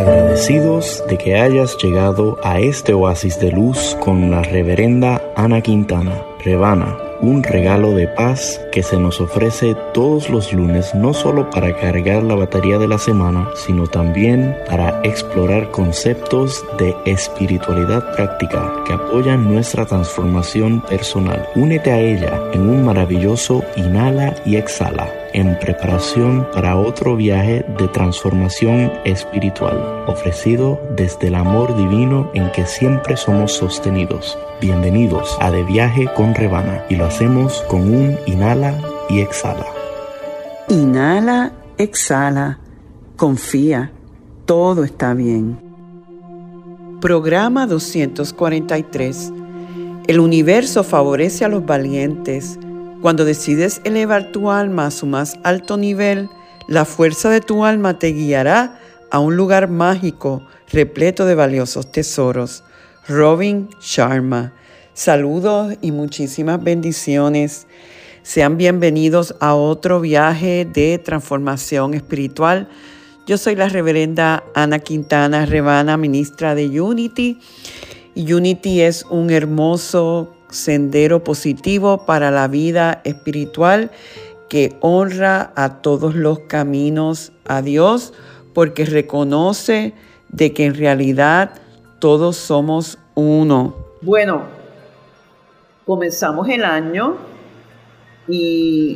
Agradecidos de que hayas llegado a este oasis de luz con la reverenda Ana Quintana, Revana, un regalo de paz que se nos ofrece todos los lunes, no solo para cargar la batería de la semana, sino también para explorar conceptos de espiritualidad práctica que apoyan nuestra transformación personal. Únete a ella en un maravilloso inhala y exhala, en preparación para otro viaje de transformación espiritual, ofrecido desde el amor divino en que siempre somos sostenidos. Bienvenidos a De Viaje con Revana, y lo hacemos con un inhala y exhala. Inhala, exhala, confía, todo está bien. Programa 243. El universo favorece a los valientes. Cuando decides elevar tu alma a su más alto nivel, la fuerza de tu alma te guiará a un lugar mágico, repleto de valiosos tesoros. Robin Sharma. Saludos y muchísimas bendiciones. Sean bienvenidos a otro viaje de transformación espiritual. Yo soy la reverenda Ana Quintana Revana, ministra de Unity. Unity es un hermoso sendero positivo para la vida espiritual que honra a todos los caminos a Dios, porque reconoce de que en realidad todos somos uno. Bueno, comenzamos el año y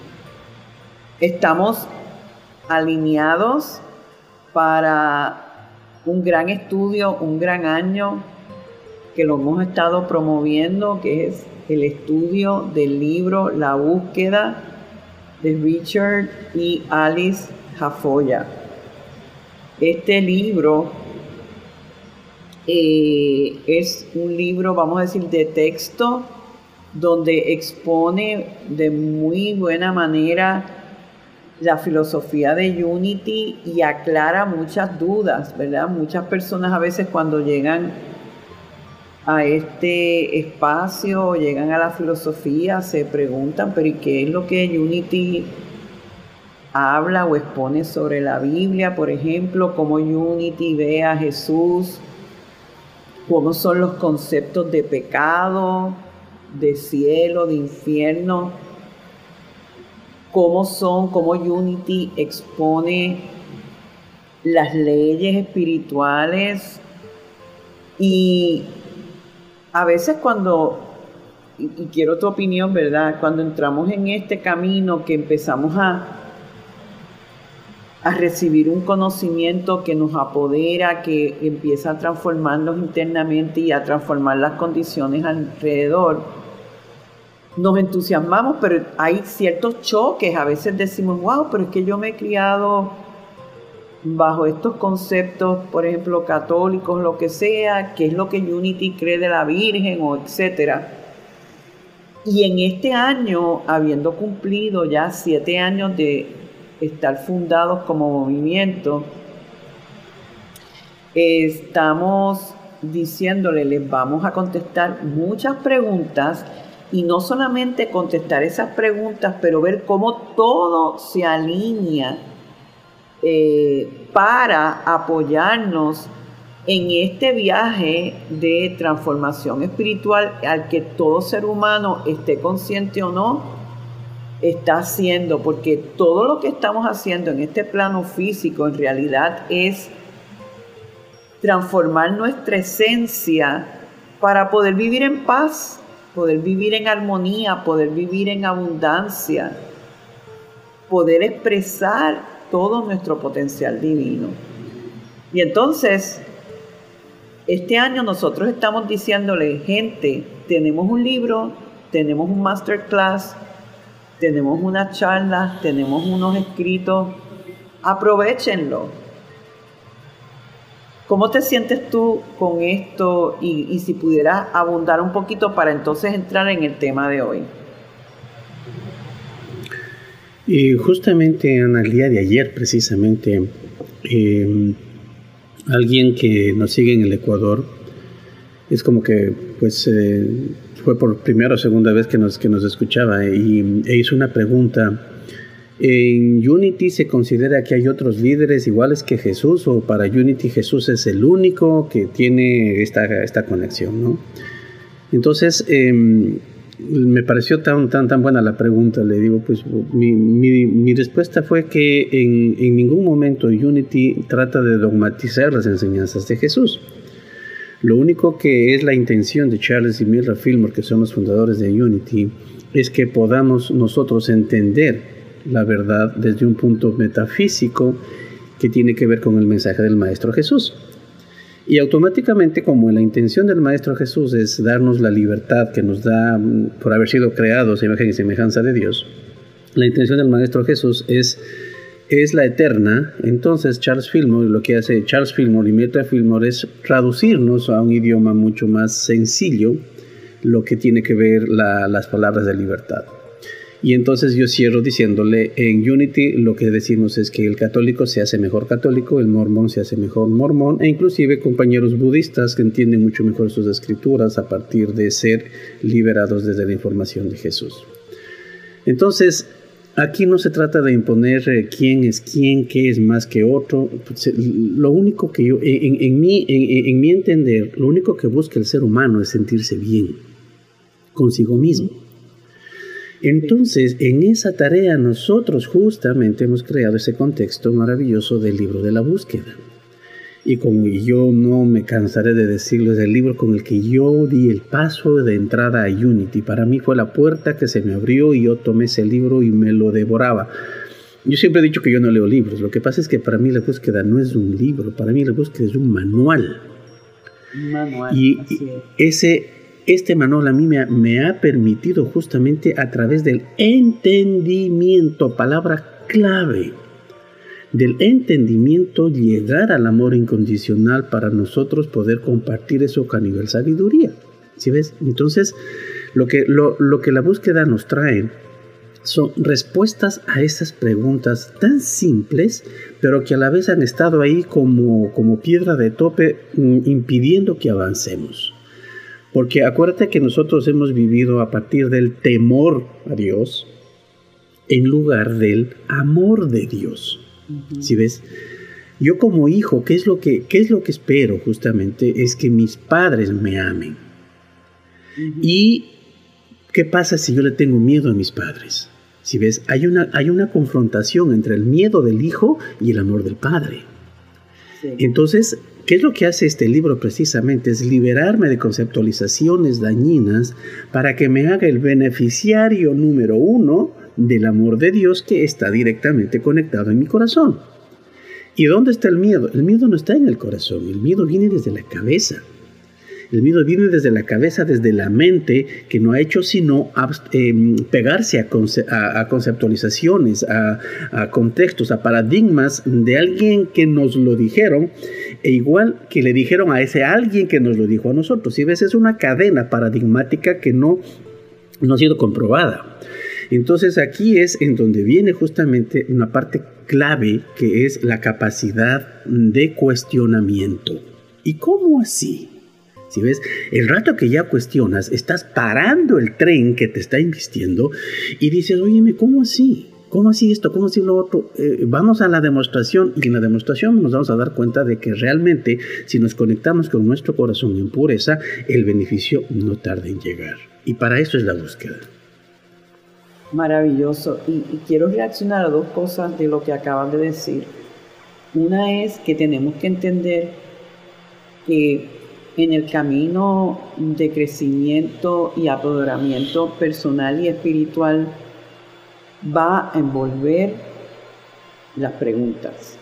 estamos alineados para un gran estudio, un gran año que lo hemos estado promoviendo, que es el estudio del libro La Búsqueda de Richard y Alice Jafoya. Este libro es un libro, vamos a decir, de texto, donde expone de muy buena manera la filosofía de Unity y aclara muchas dudas, ¿verdad? Muchas personas a veces cuando llegan a este espacio, llegan a la filosofía, se preguntan, pero ¿y qué es lo que Unity habla o expone sobre la Biblia, por ejemplo? ¿Cómo Unity ve a Jesús? ¿Cómo son los conceptos de pecado, de cielo, de infierno? ¿Cómo Unity expone las leyes espirituales? Y a veces y quiero tu opinión, ¿verdad? Cuando entramos en este camino que empezamos a recibir un conocimiento que nos apodera, que empieza a transformarnos internamente y a transformar las condiciones alrededor, nos entusiasmamos, pero hay ciertos choques. A veces decimos, wow, pero es que yo me he criado bajo estos conceptos, por ejemplo, católicos, lo que sea, qué es lo que Unity cree de la Virgen, o etcétera. Y en este año, habiendo cumplido ya 7 años de estar fundados como movimiento, estamos diciéndole, les vamos a contestar muchas preguntas, y no solamente contestar esas preguntas, pero ver cómo todo se alinea para apoyarnos en este viaje de transformación espiritual al que todo ser humano, esté consciente o no, está haciendo, porque todo lo que estamos haciendo en este plano físico en realidad es transformar nuestra esencia para poder vivir en paz, poder vivir en armonía, poder vivir en abundancia, poder expresar todo nuestro potencial divino. Y entonces, este año nosotros estamos diciéndole, gente, tenemos un libro, tenemos un masterclass, tenemos una charla, tenemos unos escritos, aprovéchenlo. ¿Cómo te sientes tú con esto? Y si pudieras abundar un poquito para entonces entrar en el tema de hoy. Y justamente, Ana, el día de ayer, precisamente, alguien que nos sigue en el Ecuador, es como que, pues, fue por primera o segunda vez que nos escuchaba e hizo una pregunta En Unity se considera que hay otros líderes iguales que Jesús, o para Unity Jesús es el único que tiene esta conexión, ¿no? Entonces, me pareció tan buena la pregunta. Le digo, pues mi respuesta fue que en ningún momento Unity trata de dogmatizar las enseñanzas de Jesús. Lo único que es la intención de Charles y Myrtle Fillmore, que son los fundadores de Unity, es que podamos nosotros entender la verdad desde un punto metafísico que tiene que ver con el mensaje del Maestro Jesús. Y automáticamente, como la intención del Maestro Jesús es darnos la libertad que nos da por haber sido creados a imagen y semejanza de Dios, la intención del Maestro Jesús es la eterna. Entonces lo que hace Charles Fillmore y Myrtle Fillmore es traducirnos a un idioma mucho más sencillo lo que tiene que ver las palabras de libertad. Y entonces yo cierro diciéndole, en Unity lo que decimos es que el católico se hace mejor católico, el mormón se hace mejor mormón, e inclusive compañeros budistas que entienden mucho mejor sus escrituras a partir de ser liberados desde la información de Jesús. Entonces, aquí no se trata de imponer quién es quién, qué es más que otro. Lo único que yo, en mi entender, lo único que busca el ser humano es sentirse bien consigo mismo. Entonces, en esa tarea nosotros justamente hemos creado ese contexto maravilloso del libro de la búsqueda. Y como yo no me cansaré de decirlo, es el libro con el que yo di el paso de entrada a Unity. Para mí fue la puerta que se me abrió y yo tomé ese libro y me lo devoraba. Yo siempre he dicho que yo no leo libros. Lo que pasa es que para mí la búsqueda no es un libro, para mí la búsqueda es un manual. Un manual. Y este manual a mí me ha permitido justamente a través del entendimiento, palabra clave, del entendimiento llegar al amor incondicional para nosotros poder compartir eso a nivel sabiduría. ¿Sí ves? Entonces, lo que la búsqueda nos trae son respuestas a esas preguntas tan simples, pero que a la vez han estado ahí como piedra de tope, impidiendo que avancemos. Porque acuérdate que nosotros hemos vivido a partir del temor a Dios en lugar del amor de Dios. Uh-huh. ¿Sí ves? Yo como hijo, ¿qué es lo que espero justamente? Es que mis padres me amen. Uh-huh. ¿Y qué pasa si yo le tengo miedo a mis padres? ¿Sí ves? Hay una confrontación entre el miedo del hijo y el amor del padre. Sí. Entonces, ¿qué es lo que hace este libro precisamente? Es liberarme de conceptualizaciones dañinas para que me haga el beneficiario número uno del amor de Dios que está directamente conectado en mi corazón. ¿Y dónde está el miedo? El miedo no está en el corazón, el miedo viene desde la cabeza. El miedo viene desde la cabeza, desde la mente, que no ha hecho sino pegarse a conceptualizaciones, a contextos, a paradigmas de alguien que nos lo dijeron, e igual que le dijeron a ese alguien que nos lo dijo a nosotros. Si ves, es una cadena paradigmática que no ha sido comprobada. Entonces aquí es en donde viene justamente una parte clave, que es la capacidad de cuestionamiento. ¿Y cómo así? Si ves, el rato que ya cuestionas, estás parando el tren que te está invistiendo y dices, óyeme, ¿cómo así? ¿Cómo así esto? ¿Cómo así lo otro? Vamos a la demostración, y en la demostración nos vamos a dar cuenta de que realmente, si nos conectamos con nuestro corazón en pureza, el beneficio no tarda en llegar. Y para eso es la búsqueda. Maravilloso. Y quiero reaccionar a dos cosas de lo que acaban de decir. Una es que tenemos que entender que en el camino de crecimiento y apoderamiento personal y espiritual va a envolver las preguntas.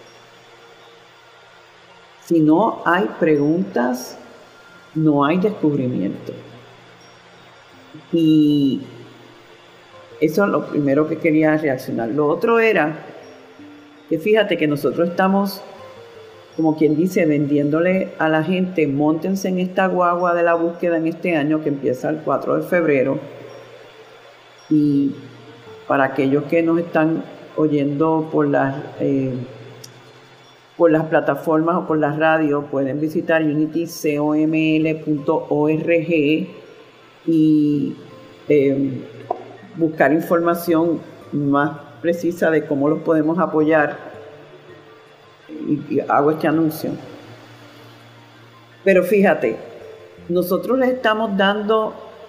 Si no hay preguntas, no hay descubrimiento. Y eso es lo primero que quería reaccionar. Lo otro era que fíjate que nosotros estamos, como quien dice, vendiéndole a la gente, móntense en esta guagua de la búsqueda en este año que empieza el 4 de febrero. Y para aquellos que nos están oyendo por las plataformas o por las radios, pueden visitar unitycoml.org y buscar información más precisa de cómo los podemos apoyar y hago este anuncio. Pero fíjate, nosotros les estamos dando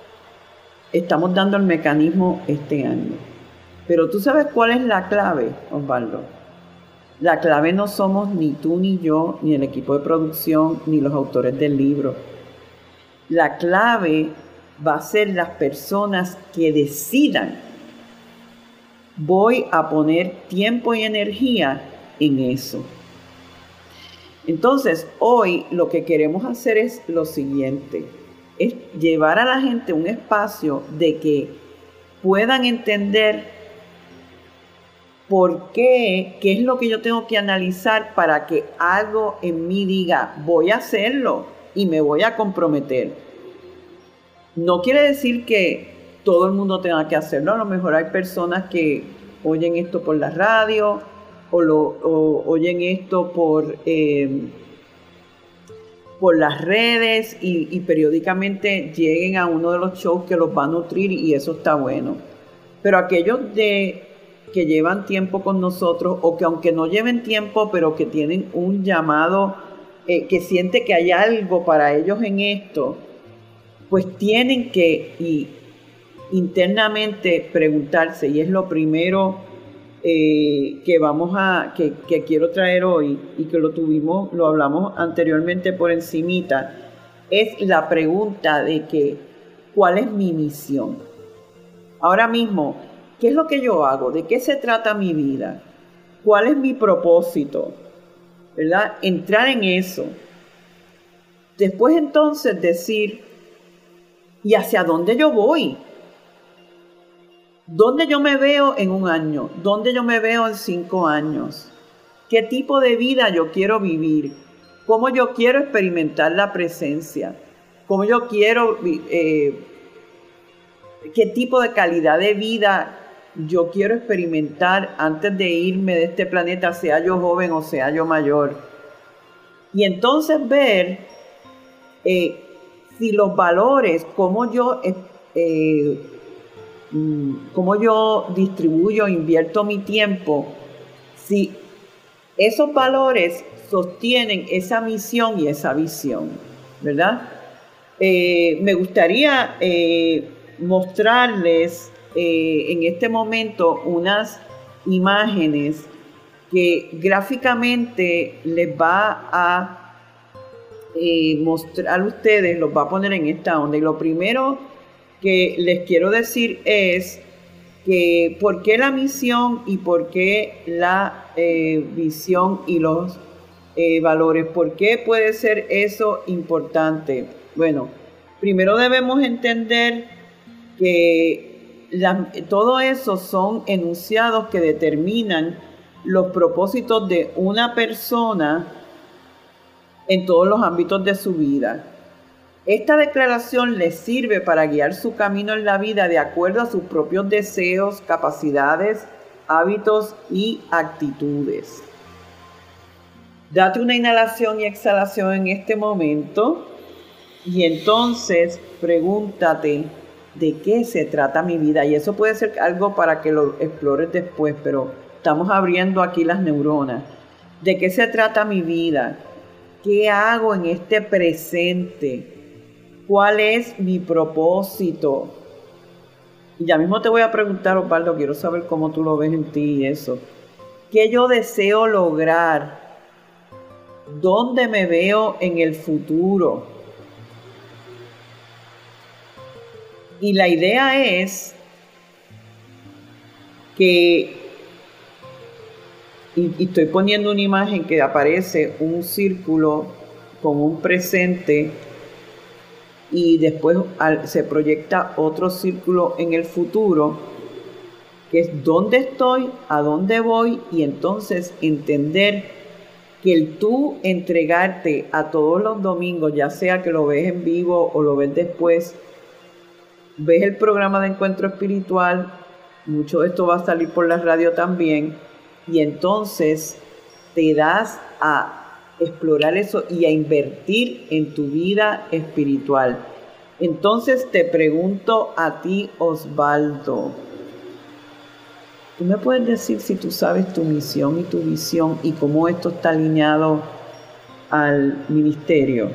el mecanismo este año. Pero ¿tú sabes cuál es la clave, Osvaldo? La clave no somos ni tú ni yo, ni el equipo de producción, ni los autores del libro. La clave va a ser las personas que decidan: voy a poner tiempo y energía en eso. Entonces, hoy lo que queremos hacer es lo siguiente: es llevar a la gente un espacio de que puedan entender por qué es lo que yo tengo que analizar para que algo en mí diga: voy a hacerlo y me voy a comprometer. No quiere decir que todo el mundo tenga que hacerlo. A lo mejor hay personas que oyen esto por la radio o oyen esto por las redes y periódicamente lleguen a uno de los shows que los va a nutrir, y eso está bueno. Pero aquellos que llevan tiempo con nosotros, o que aunque no lleven tiempo, pero que tienen un llamado, que siente que hay algo para ellos en esto, pues tienen que internamente preguntarse, y es lo primero que quiero traer hoy, y que lo hablamos anteriormente por encimita, es la pregunta de que ¿cuál es mi misión? Ahora mismo, ¿qué es lo que yo hago? ¿De qué se trata mi vida? ¿Cuál es mi propósito? ¿Verdad? Entrar en eso. Después entonces decir: ¿y hacia dónde yo voy? ¿Dónde yo me veo en 1 año? ¿Dónde yo me veo en 5 años? ¿Qué tipo de vida yo quiero vivir? ¿Cómo yo quiero experimentar la presencia? ¿Cómo yo quiero... qué tipo de calidad de vida yo quiero experimentar antes de irme de este planeta, sea yo joven o sea yo mayor? Y entonces ver si los valores, cómo yo distribuyo, invierto mi tiempo, si esos valores sostienen esa misión y esa visión, ¿verdad? Me gustaría mostrarles en este momento unas imágenes que gráficamente les va a mostrar a ustedes, los va a poner en esta onda. Y lo primero que les quiero decir es que por qué la misión y por qué la visión y los valores, por qué puede ser eso importante. Bueno, primero debemos entender que todo eso son enunciados que determinan los propósitos de una persona en todos los ámbitos de su vida. Esta declaración les sirve para guiar su camino en la vida de acuerdo a sus propios deseos, capacidades, hábitos y actitudes. Date una inhalación y exhalación en este momento y entonces pregúntate: ¿de qué se trata mi vida? Y eso puede ser algo para que lo explores después, pero estamos abriendo aquí las neuronas. ¿De qué se trata mi vida? ¿Qué hago en este presente? ¿Cuál es mi propósito? Y ya mismo te voy a preguntar, Osvaldo, quiero saber cómo tú lo ves en ti y eso. ¿Qué yo deseo lograr? ¿Dónde me veo en el futuro? Y la idea es que, y estoy poniendo una imagen que aparece un círculo con un presente y después se proyecta otro círculo en el futuro, que es dónde estoy, a dónde voy, y entonces entender que el tú entregarte a todos los domingos, ya sea que lo ves en vivo o lo ves después, ves el programa de Encuentro Espiritual, mucho de esto va a salir por la radio también, y entonces te das a explorar eso y a invertir en tu vida espiritual. Entonces te pregunto a ti, Osvaldo, ¿Tú me puedes decir si tú sabes tu misión y tu visión y cómo esto está alineado al ministerio?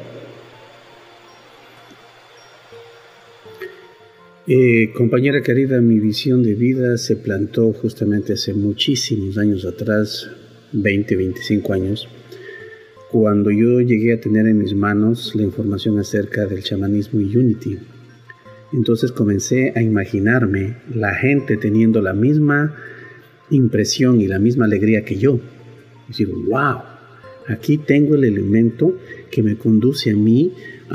Compañera querida, mi visión de vida se plantó justamente hace muchísimos años atrás, 20, 25 años, cuando yo llegué a tener en mis manos la información acerca del chamanismo y Unity. Entonces comencé a imaginarme la gente teniendo la misma impresión y la misma alegría que yo. Y digo, wow, aquí tengo el elemento que me conduce a mí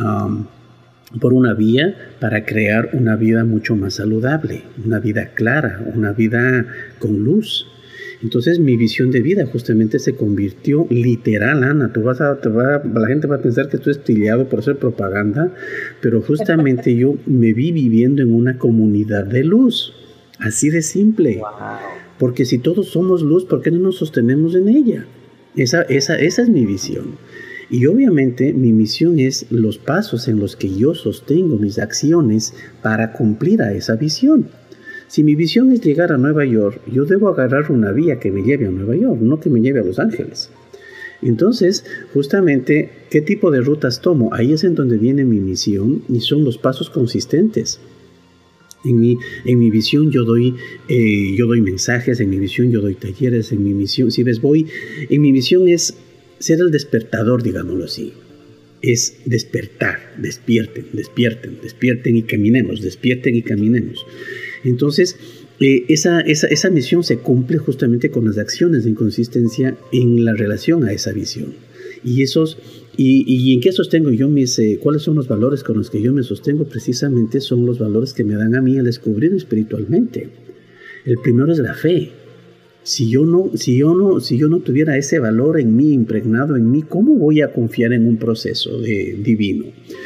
por una vía para crear una vida mucho más saludable, una vida clara, una vida con luz. Entonces mi visión de vida justamente se convirtió literal, Ana. La gente va a pensar que estoy estillado por hacer propaganda, pero justamente yo me vi viviendo en una comunidad de luz. Así de simple. Wow. Porque si todos somos luz, ¿por qué no nos sostenemos en ella? Esa es mi visión. Y obviamente mi misión es los pasos en los que yo sostengo mis acciones para cumplir a esa visión. Si mi visión es llegar a Nueva York, yo debo agarrar una vía que me lleve a Nueva York, no que me lleve a Los Ángeles. Entonces, justamente, ¿qué tipo de rutas tomo? Ahí es en donde viene mi misión y son los pasos consistentes. En mi visión yo doy mensajes, en mi visión yo doy talleres, en mi misión, en mi visión es ser el despertador, digámoslo así. Es despertar, despierten y caminemos, despierten y caminemos. Entonces, esa misión se cumple justamente con las acciones de inconsistencia en la relación a esa visión. ¿Y en qué sostengo yo cuáles son los valores con los que yo me sostengo? Precisamente son los valores que me dan a mí el descubrir espiritualmente. El primero es la fe. Si yo no tuviera ese valor en mí, impregnado en mí, ¿cómo voy a confiar en un proceso divino?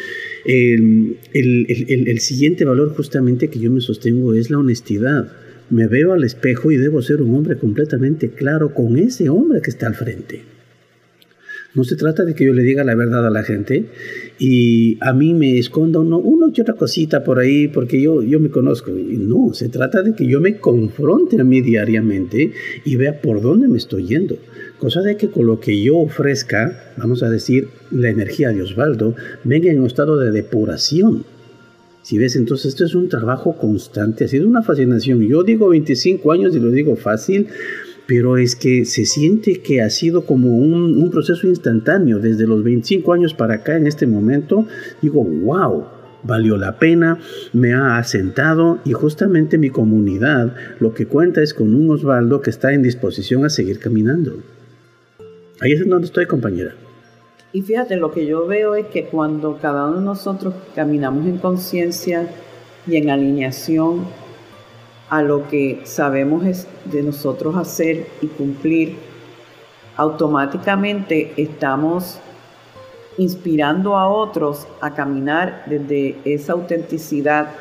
El siguiente valor justamente que yo me sostengo es la honestidad. Me veo al espejo y debo ser un hombre completamente claro con ese hombre que está al frente. No se trata de que yo le diga la verdad a la gente y a mí me esconda una que otra cosita por ahí porque yo me conozco. No, se trata de que yo me confronte a mí diariamente y vea por dónde me estoy yendo. Cosa de que con lo que yo ofrezca, vamos a decir, la energía de Osvaldo, venga en un estado de depuración. Si ves, entonces esto es un trabajo constante, ha sido una fascinación. Yo digo 25 años y lo digo fácil, pero es que se siente que ha sido como un proceso instantáneo. Desde los 25 años para acá, en este momento, digo, wow, valió la pena, me ha asentado y justamente mi comunidad lo que cuenta es con un Osvaldo que está en disposición a seguir caminando. Ahí es donde estoy, compañera. Y fíjate, lo que yo veo es que cuando cada uno de nosotros caminamos en conciencia y en alineación a lo que sabemos es de nosotros hacer y cumplir, automáticamente estamos inspirando a otros a caminar desde esa autenticidad.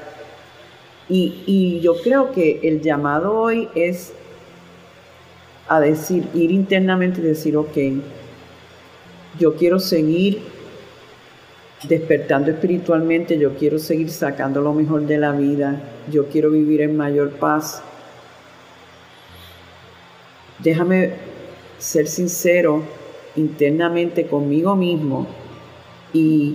Y yo creo que el llamado hoy es a decir, ir internamente y decir, ok, yo quiero seguir despertando espiritualmente, yo quiero seguir sacando lo mejor de la vida, yo quiero vivir en mayor paz. Déjame ser sincero internamente conmigo mismo y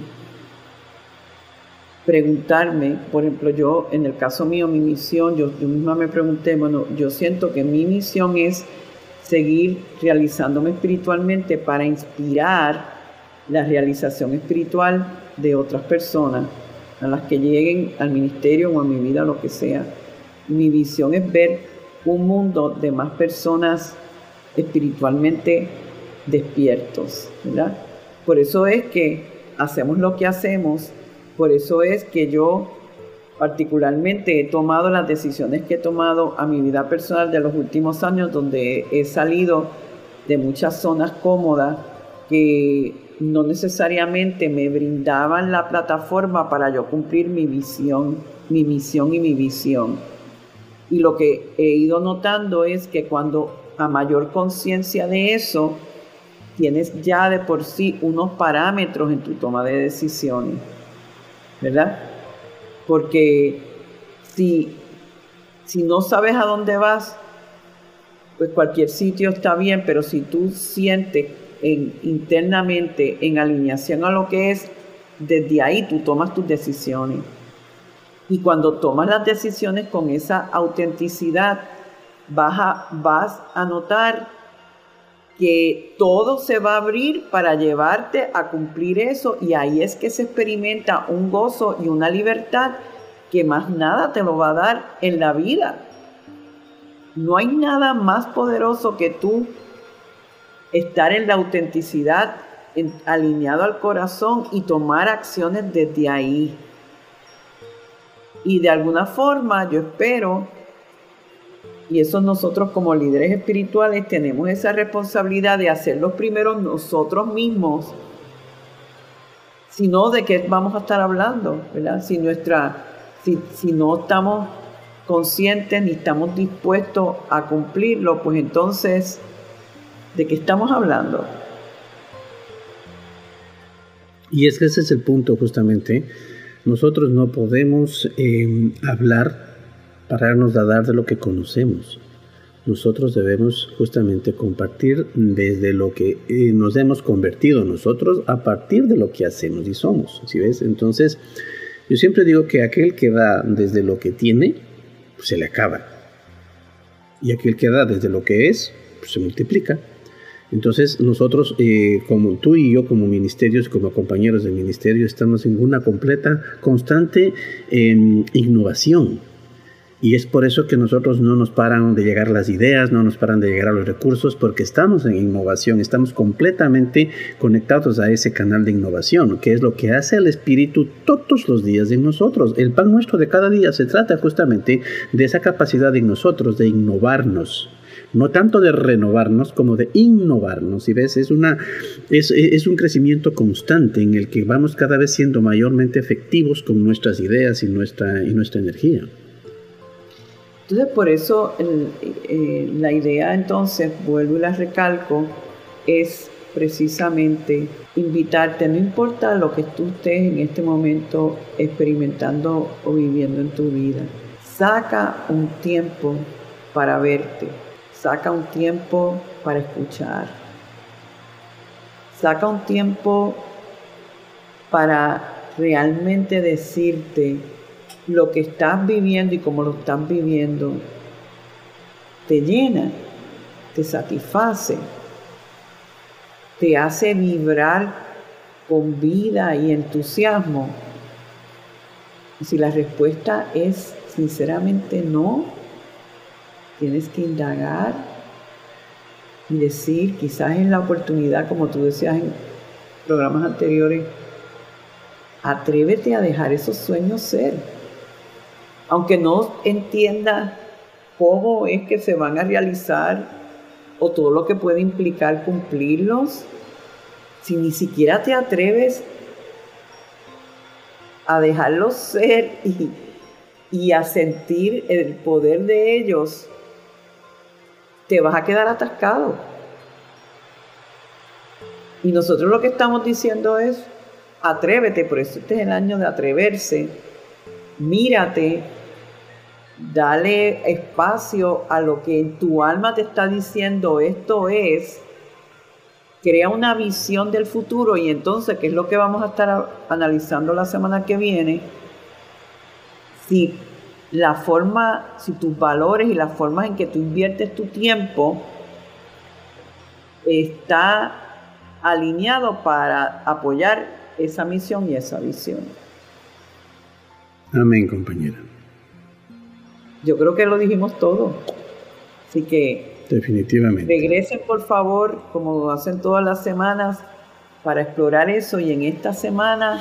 preguntarme, por ejemplo, yo en el caso mío, mi misión, yo misma me pregunté, bueno, yo siento que mi misión es seguir realizándome espiritualmente para inspirar la realización espiritual de otras personas, a las que lleguen al ministerio o a mi vida, lo que sea. Mi visión es ver un mundo de más personas espiritualmente despiertos, ¿verdad? Por eso es que hacemos lo que hacemos, por eso es que yo particularmente he tomado las decisiones que he tomado a mi vida personal de los últimos años, donde he salido de muchas zonas cómodas que no necesariamente me brindaban la plataforma para yo cumplir mi visión, mi misión y mi visión. Y lo que he ido notando es que cuando a mayor conciencia de eso, tienes ya de por sí unos parámetros en tu toma de decisiones, ¿verdad? Porque si no sabes a dónde vas, pues cualquier sitio está bien, pero si tú sientes internamente en alineación a lo que es, desde ahí tú tomas tus decisiones. Y cuando tomas las decisiones con esa autenticidad, vas a notar que todo se va a abrir para llevarte a cumplir eso, y ahí es que se experimenta un gozo y una libertad que más nada te lo va a dar en la vida. No hay nada más poderoso que tú estar en la autenticidad, alineado al corazón y tomar acciones desde ahí. Y de alguna forma yo espero, y eso nosotros como líderes espirituales tenemos esa responsabilidad de hacerlo primero nosotros mismos. Si no, ¿de qué vamos a estar hablando? ¿Verdad? Si no estamos conscientes ni estamos dispuestos a cumplirlo, pues entonces, ¿de qué estamos hablando? Y es que ese es el punto justamente. Nosotros no podemos hablar, pararnos a dar de lo que conocemos. Nosotros debemos justamente compartir desde lo que nos hemos convertido nosotros a partir de lo que hacemos y somos, ¿sí ves? Entonces, yo siempre digo que aquel que da desde lo que tiene, pues se le acaba. Y aquel que da desde lo que es, pues se multiplica. Entonces nosotros, como tú y yo como ministerios, como compañeros de ministerio, estamos en una completa, constante innovación. Y es por eso que nosotros no nos paran de llegar las ideas, no nos paran de llegar a los recursos, porque estamos en innovación, estamos completamente conectados a ese canal de innovación, que es lo que hace el Espíritu todos los días en nosotros. El pan nuestro de cada día se trata justamente de esa capacidad en nosotros, de innovarnos. No tanto de renovarnos como de innovarnos. Y ves, es un crecimiento constante en el que vamos cada vez siendo mayormente efectivos con nuestras ideas y nuestra energía. Entonces, por eso la idea, entonces, vuelvo y la recalco, es precisamente invitarte, no importa lo que tú estés en este momento experimentando o viviendo en tu vida, saca un tiempo para verte, saca un tiempo para escuchar, saca un tiempo para realmente decirte lo que estás viviendo y cómo lo estás viviendo te llena, te satisface, te hace vibrar con vida y entusiasmo. Y si la respuesta es sinceramente no, tienes que indagar y decir, quizás es la oportunidad, como tú decías en programas anteriores, atrévete a dejar esos sueños ser. Aunque no entiendas cómo es que se van a realizar o todo lo que puede implicar cumplirlos, si ni siquiera te atreves a dejarlos ser y a sentir el poder de ellos, te vas a quedar atascado. Y nosotros lo que estamos diciendo es, atrévete, por eso este es el año de atreverse. Mírate, dale espacio a lo que en tu alma te está diciendo, esto es, crea una visión del futuro, y entonces, ¿qué es lo que vamos a estar analizando la semana que viene? Si tus valores y las formas en que tú inviertes tu tiempo está alineado para apoyar esa misión y esa visión. Amén, compañera. Yo creo que lo dijimos todo. Así que definitivamente regresen, por favor, como hacen todas las semanas, para explorar eso. Y en esta semana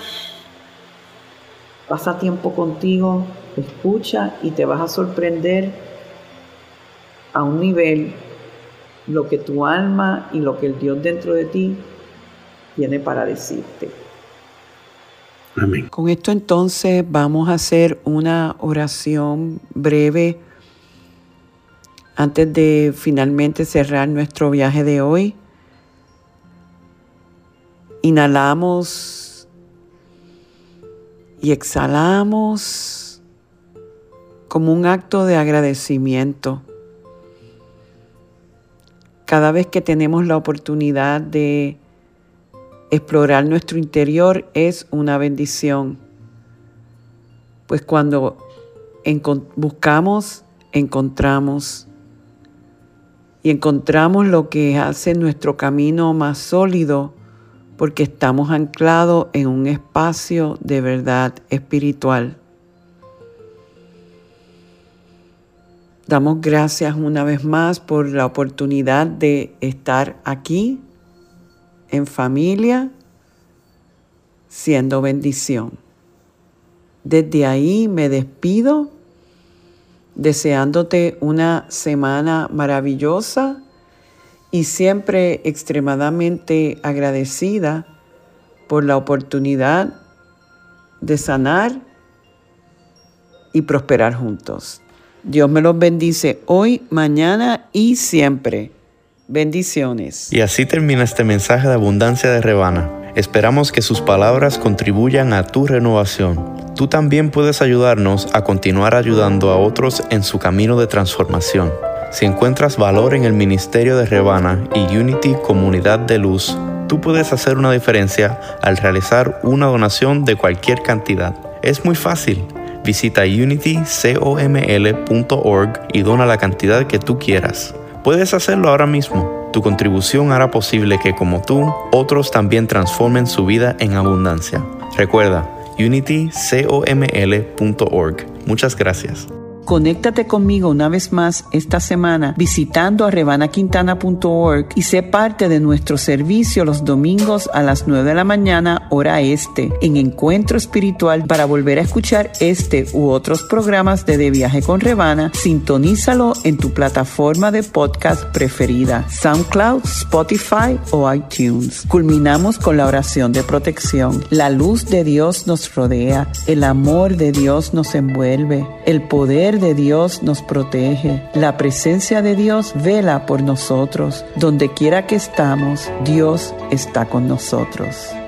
pasa tiempo contigo, escucha, y te vas a sorprender a un nivel lo que tu alma y lo que el Dios dentro de ti tiene para decirte. Amén. Con esto entonces vamos a hacer una oración breve antes de finalmente cerrar nuestro viaje de hoy. Inhalamos y exhalamos como un acto de agradecimiento. cada vez que tenemos la oportunidad de explorar nuestro interior es una bendición. Pues cuando buscamos, encontramos. Y encontramos lo que hace nuestro camino más sólido porque estamos anclados en un espacio de verdad espiritual. Damos gracias una vez más por la oportunidad de estar aquí, en familia, siendo bendición. Desde ahí me despido, deseándote una semana maravillosa y siempre extremadamente agradecida por la oportunidad de sanar y prosperar juntos. Dios me los bendice hoy, mañana y siempre. Bendiciones. Y así termina este mensaje de abundancia de Revana. Esperamos que sus palabras contribuyan a tu renovación. Tú también puedes ayudarnos a continuar ayudando a otros en su camino de transformación. Si encuentras valor en el ministerio de Revana y Unity Comunidad de Luz, tú puedes hacer una diferencia al realizar una donación de cualquier cantidad. Es muy fácil. Visita unitycoml.org y dona la cantidad que tú quieras. Puedes hacerlo ahora mismo. Tu contribución hará posible que, como tú, otros también transformen su vida en abundancia. Recuerda, unitycoml.org. Muchas gracias. Conéctate conmigo una vez más esta semana visitando a revanaquintana.org y sé parte de nuestro servicio los domingos a las 9 de la mañana, hora este, en Encuentro Espiritual. Para volver a escuchar este u otros programas de Viaje con Revana, sintonízalo en tu plataforma de podcast preferida, SoundCloud, Spotify o iTunes. Culminamos con la oración de protección. La luz de Dios nos rodea, el amor de Dios nos envuelve, el poder de Dios nos protege, la presencia de Dios vela por nosotros. Donde quiera que estamos, Dios está con nosotros.